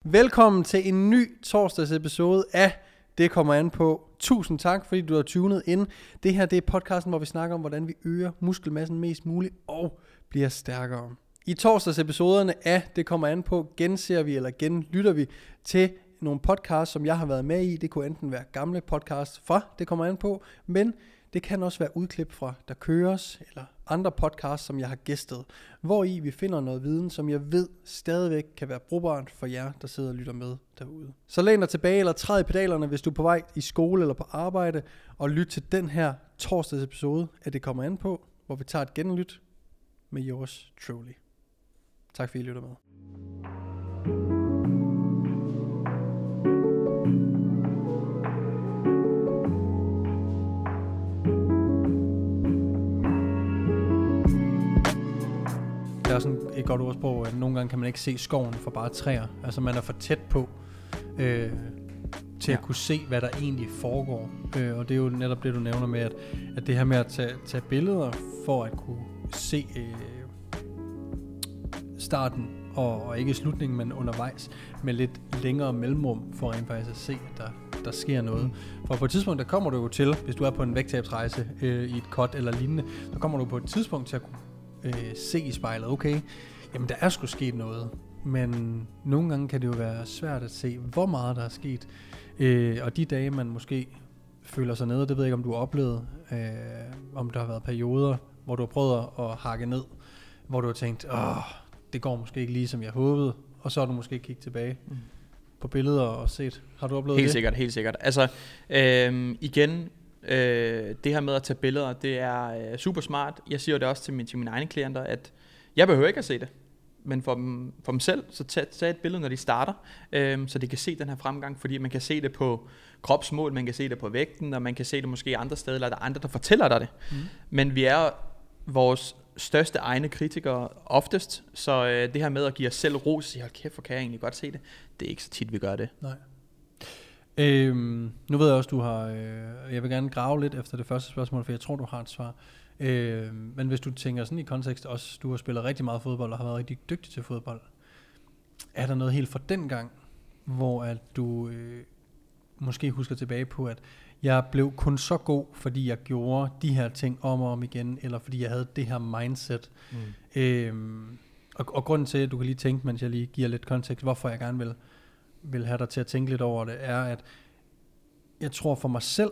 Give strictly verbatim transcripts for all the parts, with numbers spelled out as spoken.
Velkommen til en ny torsdags episode af Det kommer an på. Tusind tak, fordi du har tunet ind. Det her det er podcasten, hvor vi snakker om, hvordan vi øger muskelmassen mest muligt og bliver stærkere. I torsdags episoderne af Det kommer an på, genser vi eller genlytter vi til nogle podcasts, som jeg har været med i. Det kunne enten være gamle podcasts fra Det kommer an på, men det kan også være udklip fra Der køres, eller andre podcasts, som jeg har gæstet, hvor i vi finder noget viden, som jeg ved stadigvæk kan være brugbart for jer, der sidder og lytter med derude. Så læn dig tilbage eller træd i pedalerne, hvis du er på vej i skole eller på arbejde, og lyt til den her torsdags episode af Det kommer an på, hvor vi tager et genlyt med yours truly. Tak fordi I lytter med. Der er sådan et godt ordsprog, at nogle gange kan man ikke se skoven for bare træer. Altså man er for tæt på øh, til ja. at kunne se, hvad der egentlig foregår. Øh, og det er jo netop det, du nævner med, at, at det her med at tage, tage billeder for at kunne se øh, starten og, og ikke slutningen, men undervejs med lidt længere mellemrum for rent faktisk at se, at der, der sker noget. Mm. For på et tidspunkt, der kommer du jo til, hvis du er på en vægttabsrejse øh, i et cut eller lignende, så kommer du på et tidspunkt til at kunne Øh, se i spejlet, okay, jamen der er sgu sket noget, men nogle gange kan det jo være svært at se, hvor meget der er sket, øh, og de dage, man måske føler sig nede, det ved jeg ikke, om du har oplevet, øh, om der har været perioder, hvor du har prøvet at hakke ned, hvor du har tænkt, åh, det går måske ikke lige, som jeg håbede, og så har du måske kigget tilbage mm. på billeder og set. Har du oplevet helt det? Helt sikkert, helt sikkert. Altså, øh, igen, Øh, det her med at tage billeder, det er øh, super smart. Jeg siger det også til, min, til mine egne klienter, at jeg behøver ikke at se det, men for dem, for dem selv, så tag, tag et billede, når de starter, øh, så de kan se den her fremgang, fordi man kan se det på kropsmål, man kan se det på vægten, og man kan se det måske andre steder, eller der er andre, der fortæller dig det. Mm. Men vi er vores største egne kritikere oftest, så øh, det her med at give os selv ros, og sige, hold kæft, for kan jeg egentlig godt se det, det er ikke så tit, vi gør det. Nej. Øhm, nu ved jeg også, du har, øh, jeg vil gerne grave lidt efter det første spørgsmål, for jeg tror, du har et svar. Øh, men hvis du tænker sådan i kontekst også, du har spillet rigtig meget fodbold og har været rigtig dygtig til fodbold. Er der noget helt fra den gang, hvor at du øh, måske husker tilbage på, at jeg blev kun så god, fordi jeg gjorde de her ting om og om igen, eller fordi jeg havde det her mindset. Mm. Øh, og, og grunden til, at du kan lige tænke, mens jeg lige giver lidt kontekst, hvorfor jeg gerne vil vil have dig til at tænke lidt over det, er, at jeg tror for mig selv,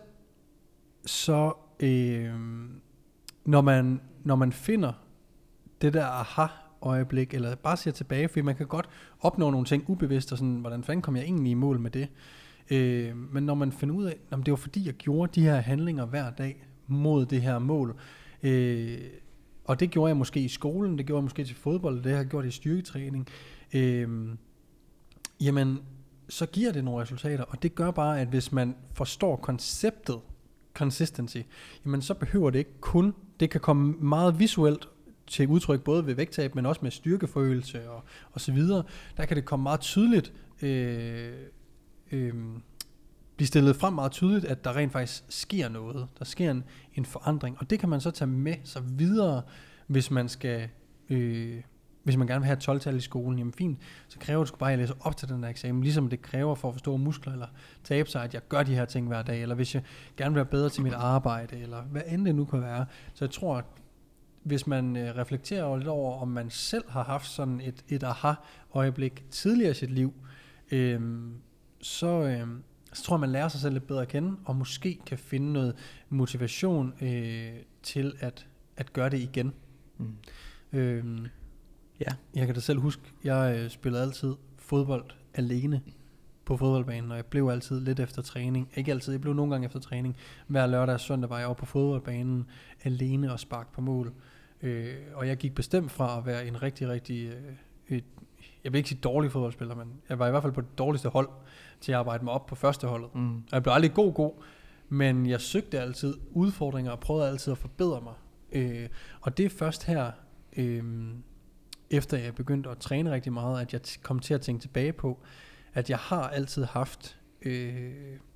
så øh, når, man, når man finder det der aha-øjeblik, eller bare ser tilbage, fordi man kan godt opnå nogle ting ubevidst, og sådan, hvordan fanden kom jeg egentlig i mål med det? Øh, men når man finder ud af, at det var fordi, jeg gjorde de her handlinger hver dag mod det her mål, øh, og det gjorde jeg måske i skolen, det gjorde jeg måske til fodbold, det har jeg gjort i styrketræning, øh, jamen, så giver det nogle resultater, og det gør bare, at hvis man forstår konceptet consistency, jamen så behøver det ikke kun, det kan komme meget visuelt til udtryk, både ved vægttab, men også med styrkeforøgelse og, og så videre. Der kan det komme meget tydeligt, øh, øh, blive stillet frem meget tydeligt, at der rent faktisk sker noget. Der sker en, en forandring, og det kan man så tage med sig videre, hvis man skal... Øh, Hvis man gerne vil have et tolv-tal i skolen, jamen fint, så kræver det sgu bare, at jeg læser op til den der eksamen, ligesom det kræver for at forstå muskler, eller tabe sig, at jeg gør de her ting hver dag, eller hvis jeg gerne vil være bedre til mit arbejde, eller hvad end det nu kan være. Så jeg tror, at hvis man øh, reflekterer lidt over, om man selv har haft sådan et, et aha-øjeblik tidligere i sit liv, øh, så, øh, så tror jeg, man lærer sig selv lidt bedre at kende, og måske kan finde noget motivation øh, til at, at gøre det igen. Mm. Øh, Ja. Jeg kan da selv huske, jeg øh, spillede altid fodbold alene på fodboldbanen, og jeg blev altid lidt efter træning. Ikke altid, jeg blev nogle gange efter træning. Hver lørdag og søndag var jeg over på fodboldbanen alene og spark på mål. Øh, og jeg gik bestemt fra at være en rigtig, rigtig, øh, et, jeg vil ikke sige dårlig fodboldspiller, men jeg var i hvert fald på det dårligste hold til at arbejde mig op på første holdet. Mm. Og jeg blev aldrig god, god, men jeg søgte altid udfordringer og prøvede altid at forbedre mig. Øh, og det er først her... Øh, efter jeg begyndte at træne rigtig meget, at jeg t- kom til at tænke tilbage på, at jeg har altid haft øh,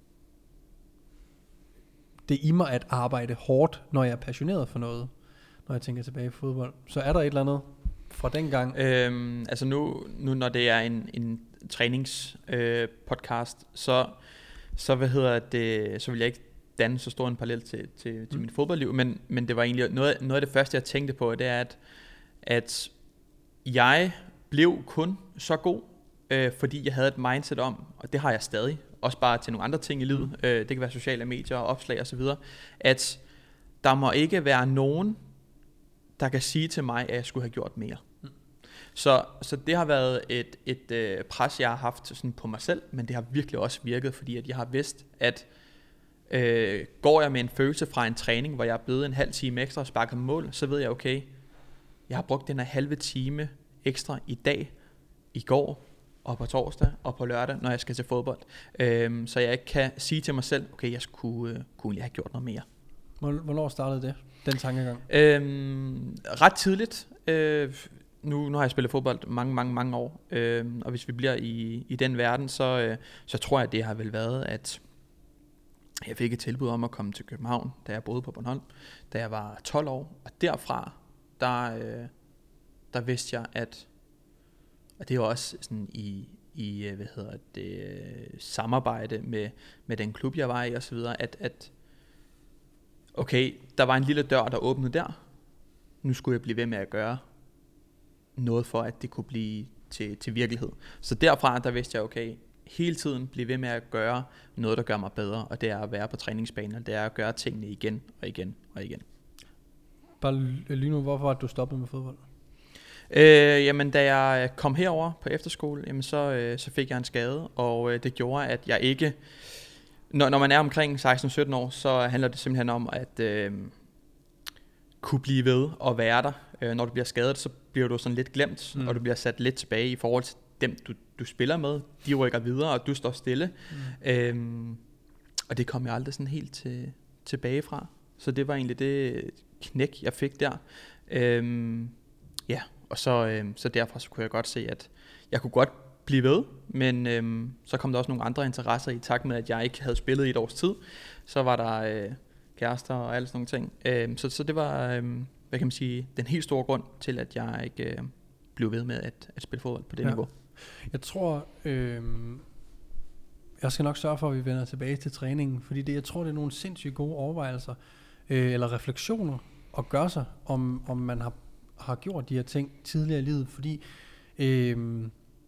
det i mig at arbejde hårdt, når jeg er passioneret for noget, når jeg tænker tilbage på fodbold. Så er der et eller andet fra den gang? Øhm, altså nu, nu når det er en, en træningspodcast, øh, podcast, så, så, hvad hedder det, så vil jeg ikke danne så stor en parallel til, til, til mm. mit fodboldliv, men, men det var egentlig noget, noget af det første, jeg tænkte på, det er, at, at jeg blev kun så god, øh, fordi jeg havde et mindset om, og det har jeg stadig, også bare til nogle andre ting i livet, mm. øh, det kan være sociale medier, opslag osv., at der må ikke være nogen, der kan sige til mig, at jeg skulle have gjort mere. Mm. Så, så det har været et, et øh, pres, jeg har haft sådan på mig selv, men det har virkelig også virket, fordi at jeg har vidst, at øh, går jeg med en følelse fra en træning, hvor jeg er blevet en halv time ekstra og sparket mål, så ved jeg, okay, jeg har brugt den her halve time ekstra i dag, i går, og på torsdag, og på lørdag, når jeg skal til fodbold. Øhm, så jeg ikke kan sige til mig selv, okay, jeg skulle, øh, kunne jeg have gjort noget mere. Hvornår startede det, den tankegang? Øhm, ret tidligt. Øh, nu, nu har jeg spillet fodbold mange, mange, mange år. Øh, og hvis vi bliver i, i den verden, så, øh, så tror jeg, at det har vel været, at jeg fik et tilbud om at komme til København, da jeg boede på Bornholm, da jeg var tolv år. Og derfra, der, øh, der vidste jeg, at, og det er også sådan i, i hvad hedder det, samarbejde med, med den klub, jeg var i og så videre, at, at okay, der var en lille dør, der åbnede der. Nu skulle jeg blive ved med at gøre noget for, at det kunne blive til, til virkelighed. Så derfra, der vidste jeg, okay, hele tiden blive ved med at gøre noget, der gør mig bedre, og det er at være på træningsbanen, og det er at gøre tingene igen og igen og igen. Bare lige nu, hvorfor har du stoppet med fodbold? Øh, jamen, da jeg kom herover på efterskole, jamen, så, øh, så fik jeg en skade, og øh, det gjorde, at jeg ikke... Når, når man er omkring seksten sytten år, så handler det simpelthen om at øh, kunne blive ved og være der. Øh, når du bliver skadet, så bliver du sådan lidt glemt, mm. og du bliver sat lidt tilbage i forhold til dem, du, du spiller med. De rykker videre, og du står stille. Mm. Øhm, og det kom jeg aldrig sådan helt til, tilbage fra. Så det var egentlig det knæk, jeg fik der. Øhm, ja, og så, øh, så derfra så kunne jeg godt se, at jeg kunne godt blive ved, men øhm, så kom der også nogle andre interesser i takt med, at jeg ikke havde spillet i et års tid. Så var der øh, kærester og alle sådan nogle ting. Øhm, så, så det var, øhm, hvad kan man sige, den helt store grund til, at jeg ikke øh, blev ved med at, at spille fodbold på det ja. niveau. Jeg tror, øh, jeg skal nok sørge for, at vi vender tilbage til træningen, fordi det, jeg tror, det er nogle sindssygt gode overvejelser, øh, eller refleksioner at gøre sig, om, om man har, har gjort de her ting tidligere i livet, fordi øh,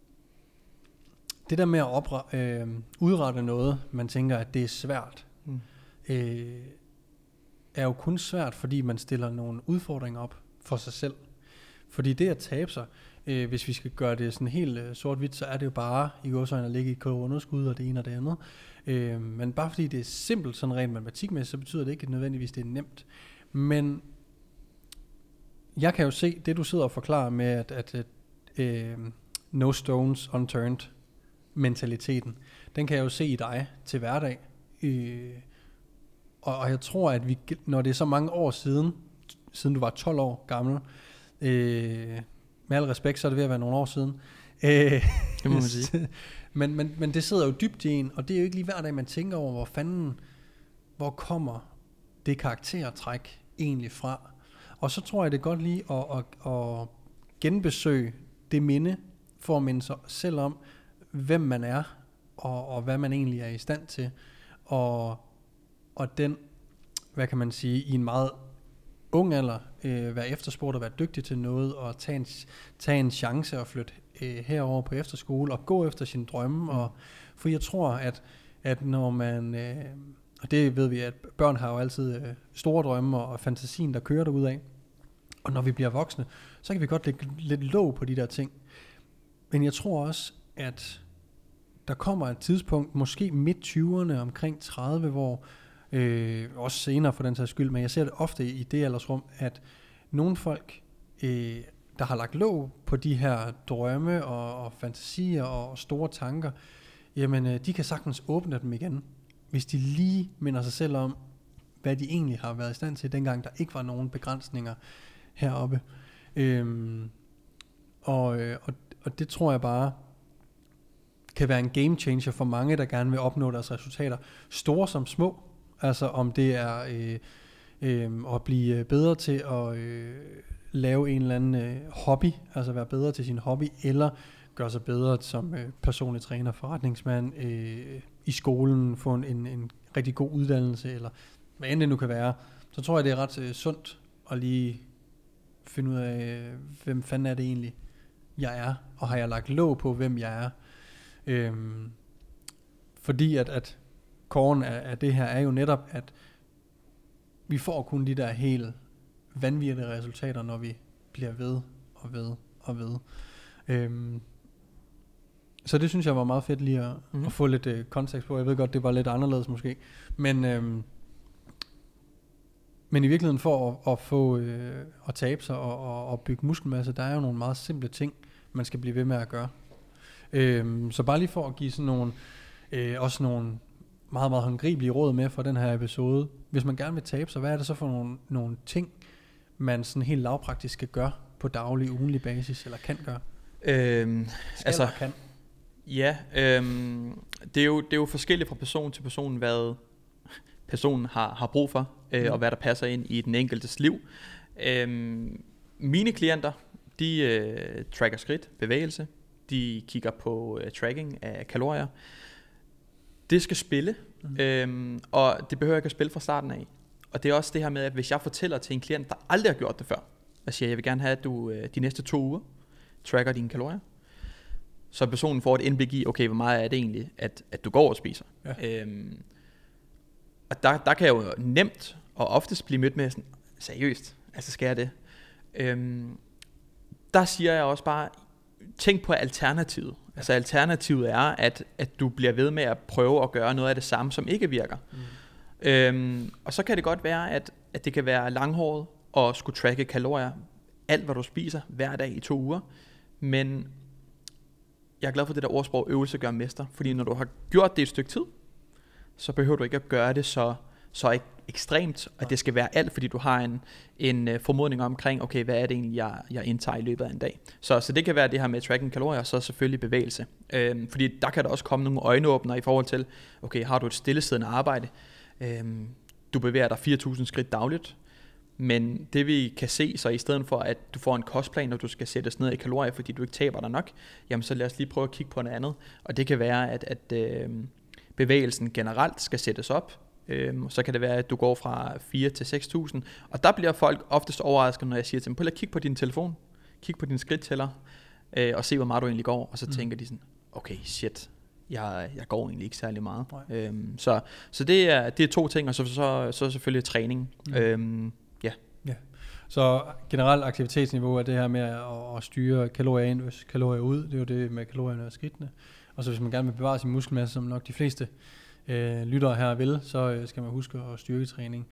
det der med at opre, øh, udrette noget, man tænker, at det er svært, mm. øh, er jo kun svært, fordi man stiller nogle udfordringer op for sig selv. Fordi det at tabe sig, øh, hvis vi skal gøre det sådan helt øh, sort-hvidt, så er det jo bare i gåseøjne at ligge i underskud og det ene og det andet. Øh, men bare fordi det er simpelt, sådan rent matematikmæssigt, så betyder det ikke at nødvendigvis, det er nemt. Men jeg kan jo se, det du sidder og forklarer med, at, at, at øh, no stones unturned mentaliteten, den kan jeg jo se i dig til hverdag. Øh, og, og jeg tror, at vi, når det er så mange år siden, siden du var tolv år gammel, øh, med al respekt, så er det ved at være nogle år siden. Øh, det må man sige. men, men, men det sidder jo dybt i en, og det er jo ikke lige hver dag, man tænker over, hvor fanden, hvor kommer det karaktertræk egentlig fra. Og så tror jeg, det er godt lige at, at, at genbesøge det minde, for at minde sig selv om, hvem man er, og, og hvad man egentlig er i stand til. Og, og den, hvad kan man sige, i en meget ung alder, øh, være efterspurgt og være dygtig til noget, og tage en, tage en chance og flytte øh, herover på efterskole, og gå efter sine drømme. Og, for jeg tror, at, at når man, øh, og det ved vi, at børn har jo altid øh, store drømme, og, og fantasien, der kører derudad. Og når vi bliver voksne, så kan vi godt lægge lidt låg på de der ting. Men jeg tror også, at der kommer et tidspunkt, måske midt tyverne, omkring tredive, hvor Øh, også senere for den sags skyld, men jeg ser det ofte i det aldersrum, at nogle folk, øh, der har lagt låg på de her drømme og, og fantasier og store tanker, jamen øh, de kan sagtens åbne dem igen, hvis de lige minder sig selv om, hvad de egentlig har været i stand til, dengang der ikke var nogen begrænsninger heroppe. Øh, og, øh, og, og det tror jeg bare kan være en game changer for mange, der gerne vil opnå deres resultater, store som små. Altså om det er øh, øh, at blive bedre til at øh, lave en eller anden øh, hobby, altså være bedre til sin hobby, eller gøre sig bedre som øh, personlig træner, forretningsmand, øh, i skolen, få en, en, en rigtig god uddannelse, eller hvad end det nu kan være, så tror jeg, det er ret øh, sundt at lige finde ud af, øh, hvem fanden er det egentlig, jeg er, og har jeg lagt låg på, hvem jeg er. Øhm, fordi at, at kåren af, af det her er jo netop, at vi får kun de der helt vanvittige resultater, når vi bliver ved og ved og ved. Øhm, så det synes jeg var meget fedt lige at, mm. at få lidt øh, kontekst på. Jeg ved godt, det var lidt anderledes måske. Men, øhm, men i virkeligheden for at, at få øh, at tabe sig og, og, og bygge muskelmasse, der er jo nogle meget simple ting, man skal blive ved med at gøre. Øhm, så bare lige for at give sådan nogle, øh, også nogle meget, meget håndgribelige råd med for den her episode. Hvis man gerne vil tabe sig, hvad er det så for nogle, nogle ting, man sådan helt lavpraktisk skal gøre på daglig, ugenlig basis, eller kan gøre? Øhm, skal altså, eller kan? Ja, øhm, det, er jo, det er jo forskelligt fra person til person, hvad personen har, har brug for, øh, mm. og hvad der passer ind i den enkeltes liv. Øhm, mine klienter, de øh, tracker skridt, bevægelse, de kigger på øh, tracking af kalorier. Det skal spille, mm. øhm, og det behøver ikke at spille fra starten af. Og det er også det her med, at hvis jeg fortæller til en klient, der aldrig har gjort det før, jeg siger, jeg vil gerne have, at du øh, de næste to uger tracker dine kalorier, så personen får et indblik i, okay, hvor meget er det egentlig, at, at du går og spiser. Ja. Øhm, og der, der kan jeg jo nemt og oftest blive mødt med sådan, seriøst, altså skal jeg det? Øhm, der siger jeg også bare, tænk på alternativet. Ja. Altså alternativet er, at, at du bliver ved med at prøve at gøre noget af det samme, som ikke virker. Mm. Øhm, og så kan det godt være, at, at det kan være langhåret og skulle tracke kalorier, alt hvad du spiser, hver dag i to uger. Men jeg er glad for det der ordsprog, øvelse gør mester. Fordi når du har gjort det et stykke tid, så behøver du ikke at gøre det så, så ek- ekstremt, at det skal være alt, fordi du har en, en uh, formodning omkring, okay, hvad er det egentlig, jeg, jeg indtager i løbet af en dag. Så, så det kan være det her med tracking kalorier, og så selvfølgelig bevægelse. Øhm, fordi der kan der også komme nogle øjenåbner i forhold til, okay, har du et stillesiddende arbejde, øhm, du bevæger dig fire tusind skridt dagligt, men det vi kan se, så i stedet for at du får en kostplan, når du skal sættes ned i kalorier, fordi du ikke taber dig nok, jamen så lad os lige prøve at kigge på noget andet. Og det kan være, at, at øh, bevægelsen generelt skal sættes op. Øhm, så kan det være, at du går fra fire til seks tusind. Og der bliver folk oftest overrasket, når jeg siger til dem, prøv at kigge på din telefon, kig på din skridttæller, øh, og se, hvor meget du egentlig går. Og så mm. tænker de sådan, okay, shit, jeg, jeg går egentlig ikke særlig meget. Øhm, så så det, er, det er to ting, og så, så, så selvfølgelig træning. Mm. Øhm, ja. ja. Så generelt aktivitetsniveau er det her med at, at styre kalorier ind, kalorier ud. Det er jo det med kalorierne og skridtene. Og så hvis man gerne vil bevare sin muskelmasse, som nok de fleste øh, lyttere her vil, så øh, skal man huske at styrketræning.